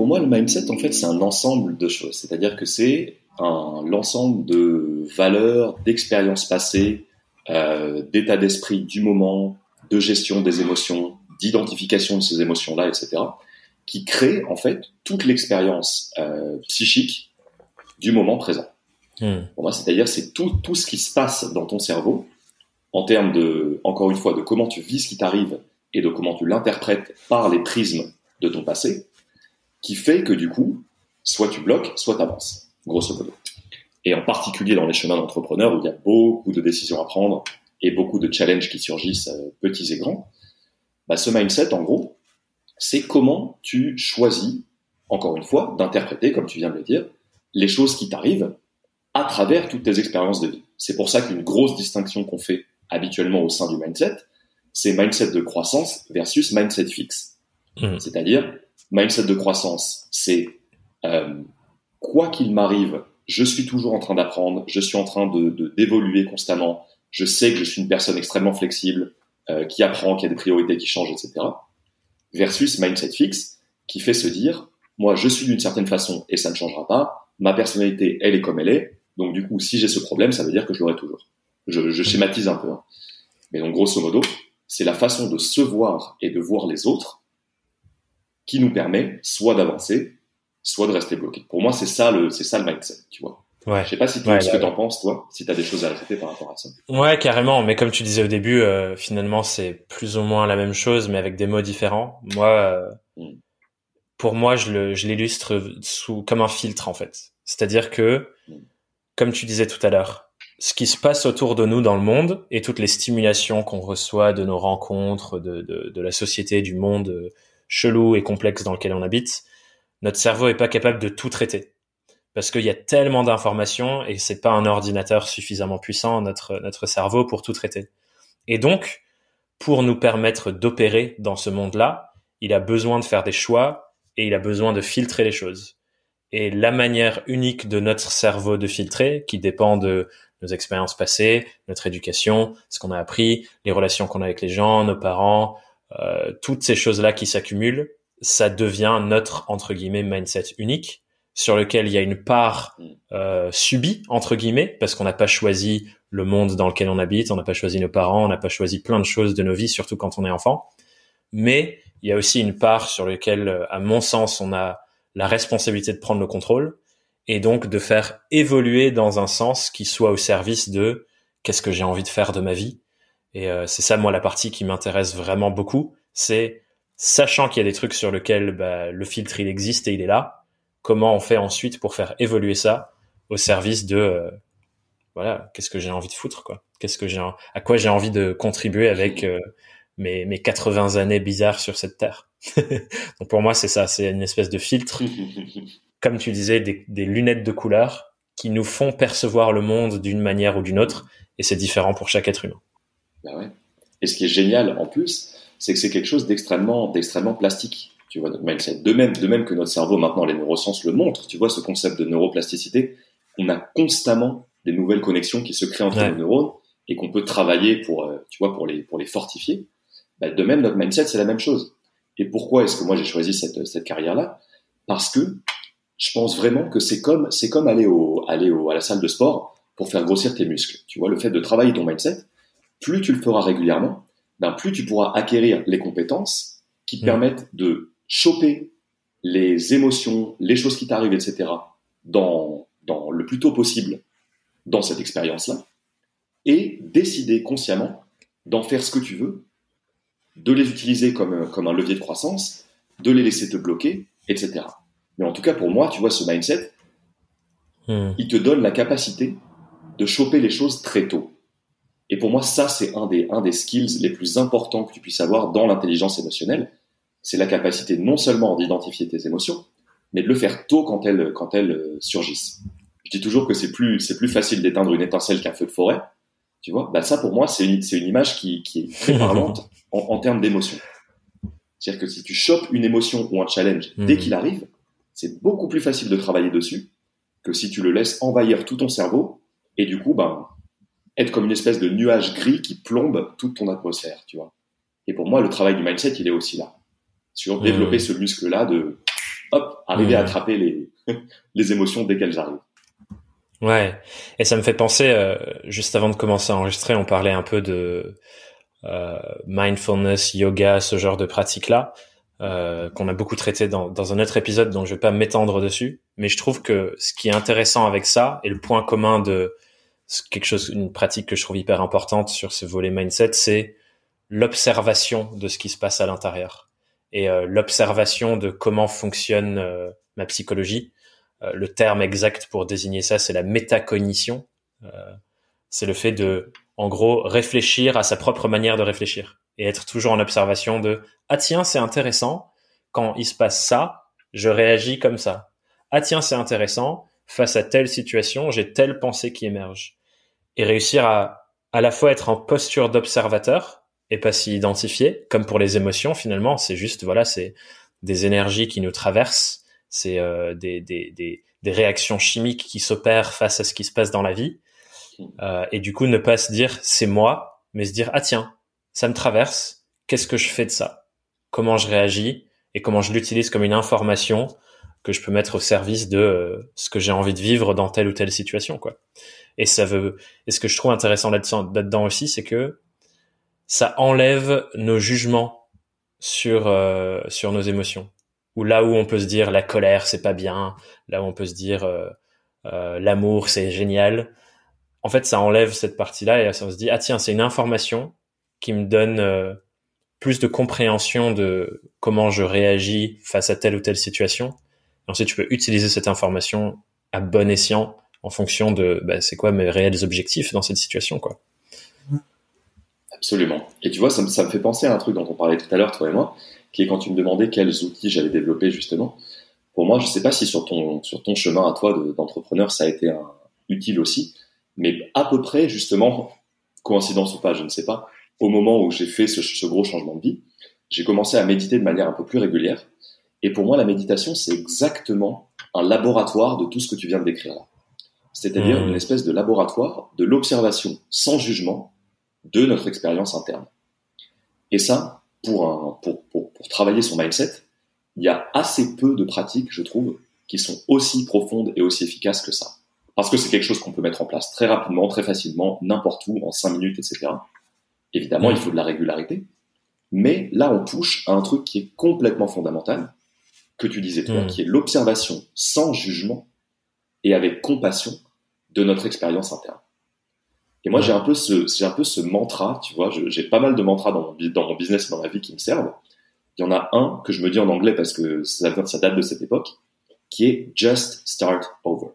moi, le mindset, en fait, c'est un ensemble de choses. C'est-à-dire que c'est l'ensemble de valeurs, d'expériences passées, d'état d'esprit du moment, de gestion des émotions, d'identification de ces émotions-là, etc., qui crée, en fait, toute l'expérience psychique du moment présent. Pour moi, c'est-à-dire, c'est tout ce qui se passe dans ton cerveau, en termes de, encore une fois, de comment tu vis ce qui t'arrive et de comment tu l'interprètes par les prismes de ton passé, qui fait que du coup, soit tu bloques, soit tu avances, grosso modo. Et en particulier dans les chemins d'entrepreneurs où il y a beaucoup de décisions à prendre et beaucoup de challenges qui surgissent, petits et grands, bah, ce mindset, en gros, c'est comment tu choisis, encore une fois, d'interpréter, comme tu viens de le dire, les choses qui t'arrivent à travers toutes tes expériences de vie. C'est pour ça qu'une grosse distinction qu'on fait habituellement au sein du mindset, c'est mindset de croissance versus mindset fixe. C'est-à-dire, mindset de croissance, c'est quoi qu'il m'arrive, je suis toujours en train d'apprendre, je suis en train d'évoluer constamment, je sais que je suis une personne extrêmement flexible, qui apprend, qui a des priorités qui changent, etc. Versus mindset fixe, qui fait se dire, moi je suis d'une certaine façon et ça ne changera pas, ma personnalité elle est comme elle est, donc du coup si j'ai ce problème, ça veut dire que je l'aurai toujours. Je schématise un peu, hein. Mais donc grosso modo, c'est la façon de se voir et de voir les autres qui nous permet soit d'avancer, soit de rester bloqué. Pour moi, c'est ça le mindset, tu vois. Ouais. Je sais pas si ce que t'en penses, toi, si t'as des choses à ajouter par rapport à ça. Ouais, carrément. Mais comme tu disais au début, finalement, c'est plus ou moins la même chose, mais avec des mots différents. Moi, pour moi, je l'illustre comme un filtre, en fait. C'est-à-dire que, comme tu disais tout à l'heure, ce qui se passe autour de nous dans le monde et toutes les stimulations qu'on reçoit de nos rencontres, de la société, du monde chelou et complexe dans lequel on habite, notre cerveau est pas capable de tout traiter. Parce qu'il y a tellement d'informations et c'est pas un ordinateur suffisamment puissant, notre cerveau, pour tout traiter. Et donc, pour nous permettre d'opérer dans ce monde-là, il a besoin de faire des choix et il a besoin de filtrer les choses. Et la manière unique de notre cerveau de filtrer, qui dépend de nos expériences passées, notre éducation, ce qu'on a appris, les relations qu'on a avec les gens, nos parents, toutes ces choses-là qui s'accumulent, ça devient notre, entre guillemets, mindset unique, sur lequel il y a une part subie, entre guillemets, parce qu'on n'a pas choisi le monde dans lequel on habite, on n'a pas choisi nos parents, on n'a pas choisi plein de choses de nos vies, surtout quand on est enfant. Mais il y a aussi une part sur laquelle, à mon sens, on a la responsabilité de prendre le contrôle et donc de faire évoluer dans un sens qui soit au service de qu'est-ce que j'ai envie de faire de ma vie. Et c'est ça, moi, la partie qui m'intéresse vraiment beaucoup, c'est sachant qu'il y a des trucs sur lesquels le filtre, il existe et il est là, comment on fait ensuite pour faire évoluer ça au service de voilà, qu'est-ce que j'ai envie de foutre, quoi. À quoi j'ai envie de contribuer avec mes 80 années bizarres sur cette terre. Donc pour moi, c'est ça, c'est une espèce de filtre, comme tu disais, des lunettes de couleur qui nous font percevoir le monde d'une manière ou d'une autre, et c'est différent pour chaque être humain. Ben ouais. Et ce qui est génial en plus, c'est que c'est quelque chose d'extrêmement plastique. Tu vois, notre mindset. De même que notre cerveau, maintenant, les neurosciences le montrent. Tu vois, ce concept de neuroplasticité, on a constamment des nouvelles connexions qui se créent entre nos neurones et qu'on peut travailler pour les fortifier. Ben, de même, notre mindset, c'est la même chose. Et pourquoi est-ce que moi j'ai choisi cette carrière-là? Parce que je pense vraiment que c'est comme aller à la salle de sport pour faire grossir tes muscles. Tu vois, le fait de travailler ton mindset, plus tu le feras régulièrement, ben plus tu pourras acquérir les compétences qui te permettent de choper les émotions, les choses qui t'arrivent, etc. dans le plus tôt possible dans cette expérience-là, et décider consciemment d'en faire ce que tu veux, de les utiliser comme un levier de croissance, de les laisser te bloquer, etc. Mais en tout cas, pour moi, tu vois, ce mindset, il te donne la capacité de choper les choses très tôt. Et pour moi, ça, c'est un des skills les plus importants que tu puisses avoir dans l'intelligence émotionnelle. C'est la capacité non seulement d'identifier tes émotions, mais de le faire tôt quand elles surgissent. Je dis toujours que c'est plus facile d'éteindre une étincelle qu'un feu de forêt. Tu vois, bah ça pour moi, c'est une image qui est très parlante en termes d'émotion. C'est-à-dire que si tu chopes une émotion ou un challenge dès qu'il arrive, c'est beaucoup plus facile de travailler dessus que si tu le laisses envahir tout ton cerveau et du coup, être comme une espèce de nuage gris qui plombe toute ton atmosphère, tu vois. Et pour moi, le travail du mindset, il est aussi là. Sur développer ce muscle-là de hop, arriver à attraper les émotions dès qu'elles arrivent. Ouais. Et ça me fait penser, juste avant de commencer à enregistrer, on parlait un peu de mindfulness, yoga, ce genre de pratiques-là, qu'on a beaucoup traité dans un autre épisode, donc je vais pas m'étendre dessus. Mais je trouve que ce qui est intéressant avec ça, et le point commun de une pratique que je trouve hyper importante sur ce volet mindset, c'est l'observation de ce qui se passe à l'intérieur et l'observation de comment fonctionne ma psychologie. Le terme exact pour désigner ça, c'est la métacognition. C'est le fait de, en gros, réfléchir à sa propre manière de réfléchir et être toujours en observation de « Ah tiens, c'est intéressant, quand il se passe ça, je réagis comme ça. Ah tiens, c'est intéressant, face à telle situation, j'ai telle pensée qui émerge. » Et réussir à la fois être en posture d'observateur et pas s'y identifier, comme pour les émotions finalement, c'est juste, voilà, c'est des énergies qui nous traversent, c'est des réactions chimiques qui s'opèrent face à ce qui se passe dans la vie. Et du coup, ne pas se dire c'est moi, mais se dire ah tiens, ça me traverse, qu'est-ce que je fais de ça? Comment je réagis et comment je l'utilise comme une information que je peux mettre au service de ce que j'ai envie de vivre dans telle ou telle situation, quoi. Et ce que je trouve intéressant là-dedans aussi, c'est que ça enlève nos jugements sur nos émotions. Ou là où on peut se dire la colère c'est pas bien, là où on peut se dire l'amour c'est génial. En fait, ça enlève cette partie-là et on se dit ah tiens, c'est une information qui me donne plus de compréhension de comment je réagis face à telle ou telle situation. Et ensuite, tu peux utiliser cette information à bon escient en fonction de c'est quoi mes réels objectifs dans cette situation, quoi. Absolument. Et tu vois, ça me fait penser à un truc dont on parlait tout à l'heure, toi et moi, qui est quand tu me demandais quels outils j'avais développés justement. Pour moi, je sais pas si sur ton chemin à toi d'entrepreneur, ça a été utile aussi, mais à peu près, justement, coïncidence ou pas, je ne sais pas, au moment où j'ai fait ce gros changement de vie, j'ai commencé à méditer de manière un peu plus régulière. Et pour moi, la méditation, c'est exactement un laboratoire de tout ce que tu viens de décrire là. C'est-à-dire une espèce de laboratoire de l'observation sans jugement de notre expérience interne. Et ça, pour travailler son mindset, il y a assez peu de pratiques, je trouve, qui sont aussi profondes et aussi efficaces que ça. Parce que c'est quelque chose qu'on peut mettre en place très rapidement, très facilement, n'importe où, en 5 minutes, etc. Évidemment, il faut de la régularité. Mais là, on touche à un truc qui est complètement fondamental, que tu disais toi, qui est l'observation sans jugement et avec compassion de notre expérience interne. Et moi, j'ai un peu ce mantra, tu vois, j'ai pas mal de mantras dans mon business et dans ma vie qui me servent. Il y en a un que je me dis en anglais parce que ça date de cette époque, qui est just start over.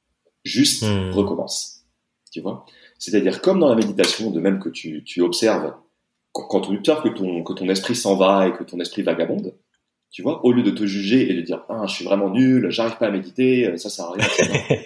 Juste recommence. Tu vois? C'est-à-dire, comme dans la méditation, de même que tu observes, quand tu observes que ton esprit s'en va et que ton esprit vagabonde, tu vois, au lieu de te juger et de dire, ah, je suis vraiment nul, j'arrive pas à méditer, ça sert à rien.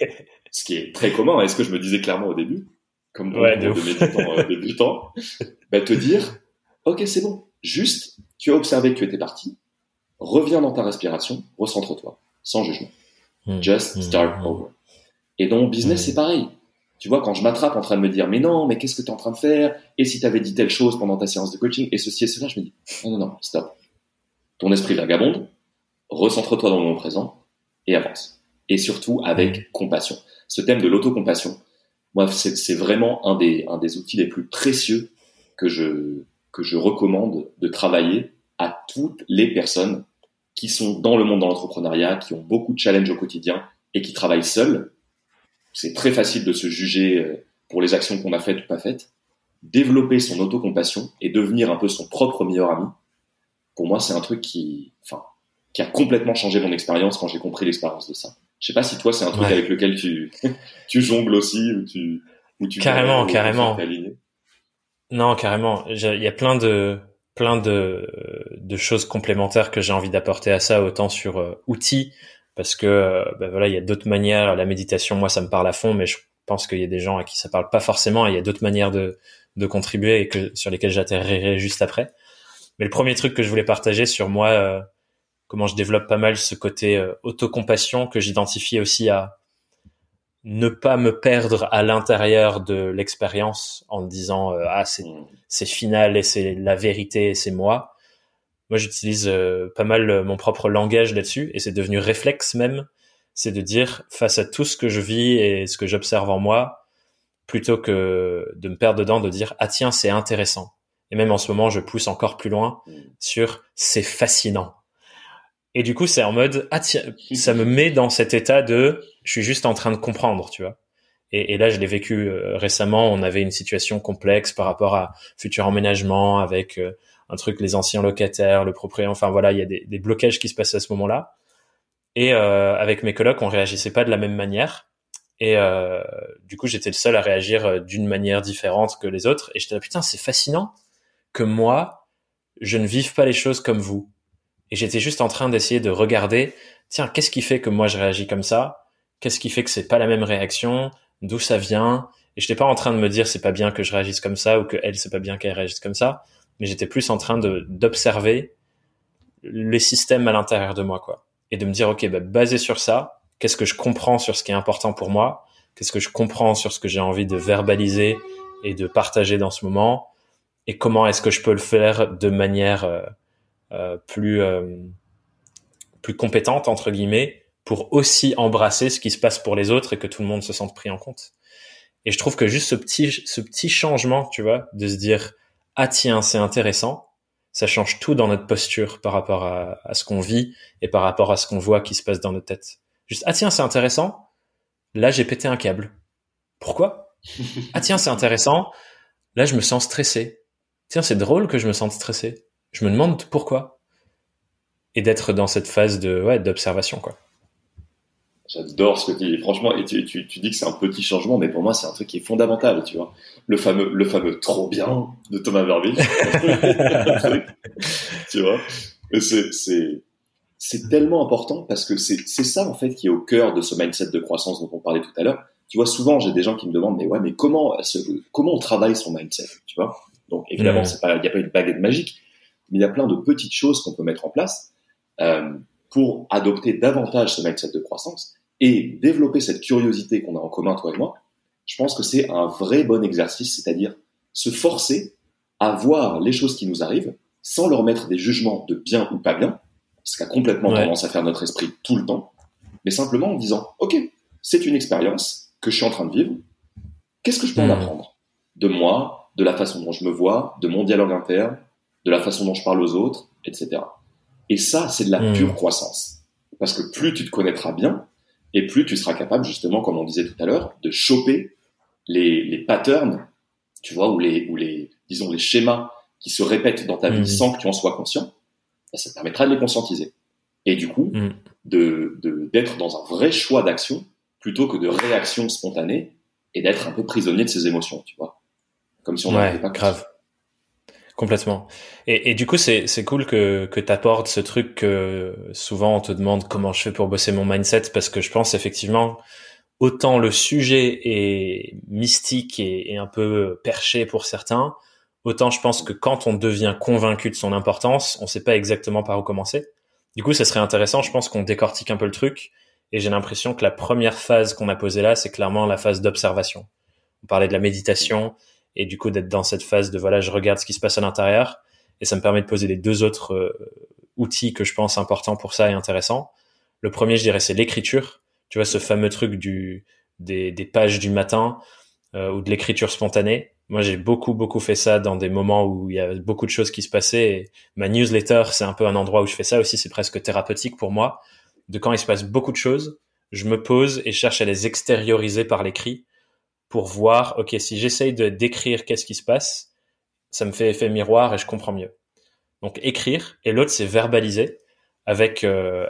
Ce qui est très commun, est-ce que je me disais clairement au début, comme de méditant débutant, te dire, ok, c'est bon, juste, tu as observé que tu étais parti, reviens dans ta respiration, recentre-toi, sans jugement. Just start over. Et dans mon business, c'est pareil. Tu vois, quand je m'attrape en train de me dire, mais non, mais qu'est-ce que tu es en train de faire? Et si tu avais dit telle chose pendant ta séance de coaching, et ceci et cela, je me dis, non, stop. Ton esprit vagabonde, recentre-toi dans le moment présent et avance. Et surtout avec compassion. Ce thème de l'autocompassion, moi, c'est vraiment un des outils les plus précieux que je recommande de travailler à toutes les personnes qui sont dans le monde de l'entrepreneuriat, qui ont beaucoup de challenges au quotidien et qui travaillent seules. C'est très facile de se juger pour les actions qu'on a faites ou pas faites. Développer son autocompassion et devenir un peu son propre meilleur ami, pour moi, c'est un truc qui a complètement changé mon expérience quand j'ai compris l'expérience de ça. Je sais pas si toi, c'est un truc avec lequel tu jongles aussi, ou tu carrément. t'aligner. Non, carrément. Il y a plein de choses complémentaires que j'ai envie d'apporter à ça, autant sur outils, parce que voilà, il y a d'autres manières. La méditation, moi, ça me parle à fond, mais je pense qu'il y a des gens à qui ça parle pas forcément. Et il y a d'autres manières de contribuer et sur lesquelles j'atterrirai juste après. Mais le premier truc que je voulais partager sur moi, comment je développe pas mal ce côté autocompassion, que j'identifie aussi à ne pas me perdre à l'intérieur de l'expérience en disant c'est final et c'est la vérité et c'est moi. moi j'utilise pas mal mon propre langage là-dessus, et c'est devenu réflexe même, c'est de dire face à tout ce que je vis et ce que j'observe en moi, plutôt que de me perdre dedans, de dire ah tiens c'est intéressant. Et même en ce moment je pousse encore plus loin sur c'est fascinant. Et du coup c'est en mode ah tiens, ça me met dans cet état de je suis juste en train de comprendre, tu vois. Et là, je l'ai vécu récemment. On avait une situation complexe par rapport à futur emménagement avec un truc, les anciens locataires, le propriétaire. Enfin voilà, il y a des blocages qui se passaient à ce moment-là. Et avec mes colocs, on réagissait pas de la même manière. Et du coup, j'étais le seul à réagir d'une manière différente que les autres. Et j'étais là, putain, c'est fascinant que moi, je ne vive pas les choses comme vous. Et j'étais juste en train d'essayer de regarder, tiens, qu'est-ce qui fait que moi je réagis comme ça? Qu'est-ce qui fait que c'est pas la même réaction? D'où ça vient? Et j'étais pas en train de me dire c'est pas bien que je réagisse comme ça ou que elle c'est pas bien qu'elle réagisse comme ça, mais j'étais plus en train d'observer les systèmes à l'intérieur de moi, quoi. Et de me dire, ok, bah, basé sur ça, qu'est-ce que je comprends sur ce qui est important pour moi? Qu'est-ce que je comprends sur ce que j'ai envie de verbaliser et de partager dans ce moment? Et comment est-ce que je peux le faire de manière plus compétente entre guillemets pour aussi embrasser ce qui se passe pour les autres et que tout le monde se sente pris en compte. Et je trouve que juste ce petit changement, tu vois, de se dire ah tiens c'est intéressant, ça change tout dans notre posture par rapport à ce qu'on vit et par rapport à ce qu'on voit qui se passe dans notre tête. Juste ah tiens c'est intéressant, là j'ai pété un câble. Pourquoi? Ah tiens c'est intéressant, là je me sens stressé. Tiens c'est drôle que je me sente stressé. Je me demande pourquoi. Et d'être dans cette phase d'observation, quoi. J'adore ce que tu dis. Franchement, et tu dis que c'est un petit changement, mais pour moi, c'est un truc qui est fondamental, tu vois. Le fameux trop bien de Thomas Verville. Tu vois. Mais c'est tellement important parce que c'est ça, en fait, qui est au cœur de ce mindset de croissance dont on parlait tout à l'heure. Tu vois, souvent, j'ai des gens qui me demandent, mais comment on travaille son mindset, tu vois. Donc, évidemment, il n'y a pas une baguette magique, mais il y a plein de petites choses qu'on peut mettre en place, pour adopter davantage ce mindset de croissance et développer cette curiosité qu'on a en commun, toi et moi. Je pense que c'est un vrai bon exercice, c'est-à-dire se forcer à voir les choses qui nous arrivent sans leur mettre des jugements de bien ou pas bien, ce qui a complètement tendance à faire notre esprit tout le temps, mais simplement en disant « Ok, c'est une expérience que je suis en train de vivre, qu'est-ce que je peux en apprendre ? De moi, de la façon dont je me vois, de mon dialogue interne, de la façon dont je parle aux autres, etc. » Et ça, c'est de la pure croissance. Parce que plus tu te connaîtras bien, et plus tu seras capable, justement, comme on disait tout à l'heure, de choper les patterns, tu vois, ou les schémas qui se répètent dans ta vie sans que tu en sois conscient. Ça te permettra de les conscientiser. Et du coup, d'être dans un vrai choix d'action plutôt que de réaction spontanée et d'être un peu prisonnier de ses émotions, tu vois. Comme si on n'en avait pas grave. Complètement. Et du coup, c'est cool que t'apportes ce truc que souvent on te demande comment je fais pour bosser mon mindset, parce que je pense effectivement autant le sujet est mystique et un peu perché pour certains, autant je pense que quand on devient convaincu de son importance, on sait pas exactement par où commencer. Du coup, ça serait intéressant, je pense qu'on décortique un peu le truc, et j'ai l'impression que la première phase qu'on a posée là, c'est clairement la phase d'observation. On parlait de la méditation, et du coup d'être dans cette phase de voilà, je regarde ce qui se passe à l'intérieur, et ça me permet de poser les deux autres outils que je pense importants pour ça et intéressants. Le premier, je dirais, c'est l'écriture. Tu vois, ce fameux truc des pages du matin, ou de l'écriture spontanée. Moi, j'ai beaucoup fait ça dans des moments où il y a beaucoup de choses qui se passaient, et ma newsletter, c'est un peu un endroit où je fais ça aussi, c'est presque thérapeutique pour moi. De quand il se passe beaucoup de choses, je me pose et cherche à les extérioriser par l'écrit, pour voir, ok, si j'essaye de décrire qu'est-ce qui se passe, ça me fait effet miroir et je comprends mieux. Donc écrire, et l'autre c'est verbaliser avec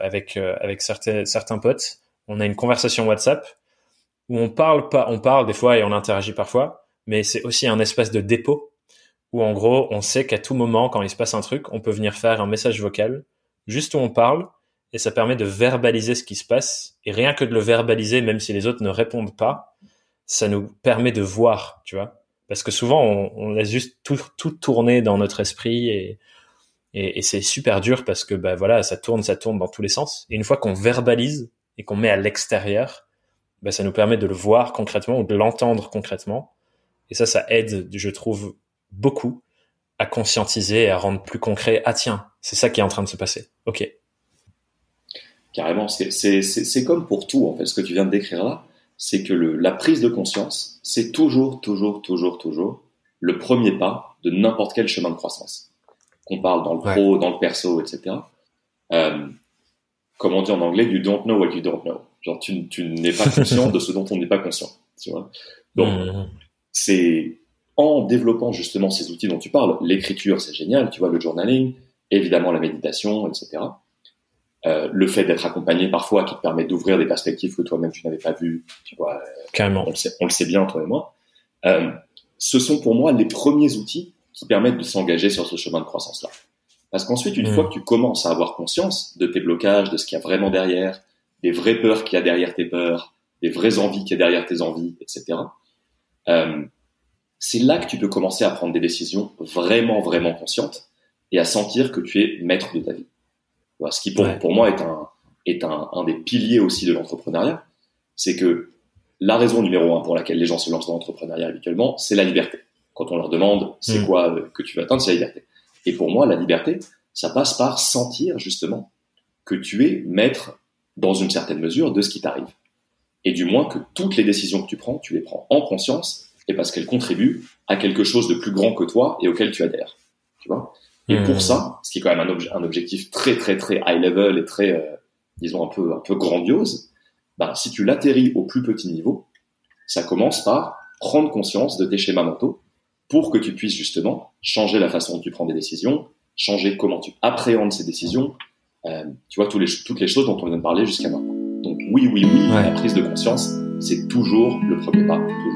certains potes. On a une conversation WhatsApp où on parle des fois et on interagit parfois, mais c'est aussi un espace de dépôt où en gros on sait qu'à tout moment quand il se passe un truc, on peut venir faire un message vocal juste où on parle, et ça permet de verbaliser ce qui se passe, et rien que de le verbaliser, même si les autres ne répondent pas, ça nous permet de voir, tu vois. Parce que souvent, on laisse juste tout tourner dans notre esprit, et c'est super dur parce que, bah voilà, ça tourne dans tous les sens. Et une fois qu'on verbalise et qu'on met à l'extérieur, bah, ça nous permet de le voir concrètement ou de l'entendre concrètement. Et ça aide, je trouve, beaucoup à conscientiser et à rendre plus concret. Ah tiens, c'est ça qui est en train de se passer. Ok. Carrément, c'est comme pour tout, en fait, ce que tu viens de décrire là, c'est que la prise de conscience, c'est toujours le premier pas de n'importe quel chemin de croissance. Qu'on parle dans le pro, dans le perso, etc. Comme on dit en anglais, you don't know what you don't know. Genre, tu n'es pas conscient de ce dont on n'est pas conscient, tu vois. Donc, c'est en développant justement ces outils dont tu parles, l'écriture, c'est génial, tu vois, le journaling, évidemment la méditation, etc. Le fait d'être accompagné parfois qui te permet d'ouvrir des perspectives que toi-même tu n'avais pas vues, tu vois. Carrément. On le sait bien, toi et moi. Ce sont pour moi les premiers outils qui permettent de s'engager sur ce chemin de croissance-là. Parce qu'ensuite, une fois que tu commences à avoir conscience de tes blocages, de ce qu'il y a vraiment derrière, des vraies peurs qu'il y a derrière tes peurs, des vraies envies qu'il y a derrière tes envies, etc., c'est là que tu peux commencer à prendre des décisions vraiment conscientes et à sentir que tu es maître de ta vie. Ce qui pour moi est un des piliers aussi de l'entrepreneuriat, c'est que la raison numéro 1 pour laquelle les gens se lancent dans l'entrepreneuriat habituellement, c'est la liberté. Quand on leur demande c'est quoi que tu veux atteindre, c'est la liberté. Et pour moi, la liberté, ça passe par sentir justement que tu es maître dans une certaine mesure de ce qui t'arrive. Et du moins que toutes les décisions que tu les prends en conscience et parce qu'elles contribuent à quelque chose de plus grand que toi et auquel tu adhères. Tu vois ? Et pour ça, ce qui est quand même un objectif très high level et très, disons un peu grandiose, si tu l'atterris au plus petit niveau, ça commence par prendre conscience de tes schémas mentaux pour que tu puisses justement changer la façon dont tu prends des décisions, changer comment tu appréhendes ces décisions, tu vois, toutes les choses dont on vient de parler jusqu'à maintenant. Donc oui, la prise de conscience, c'est toujours le premier pas,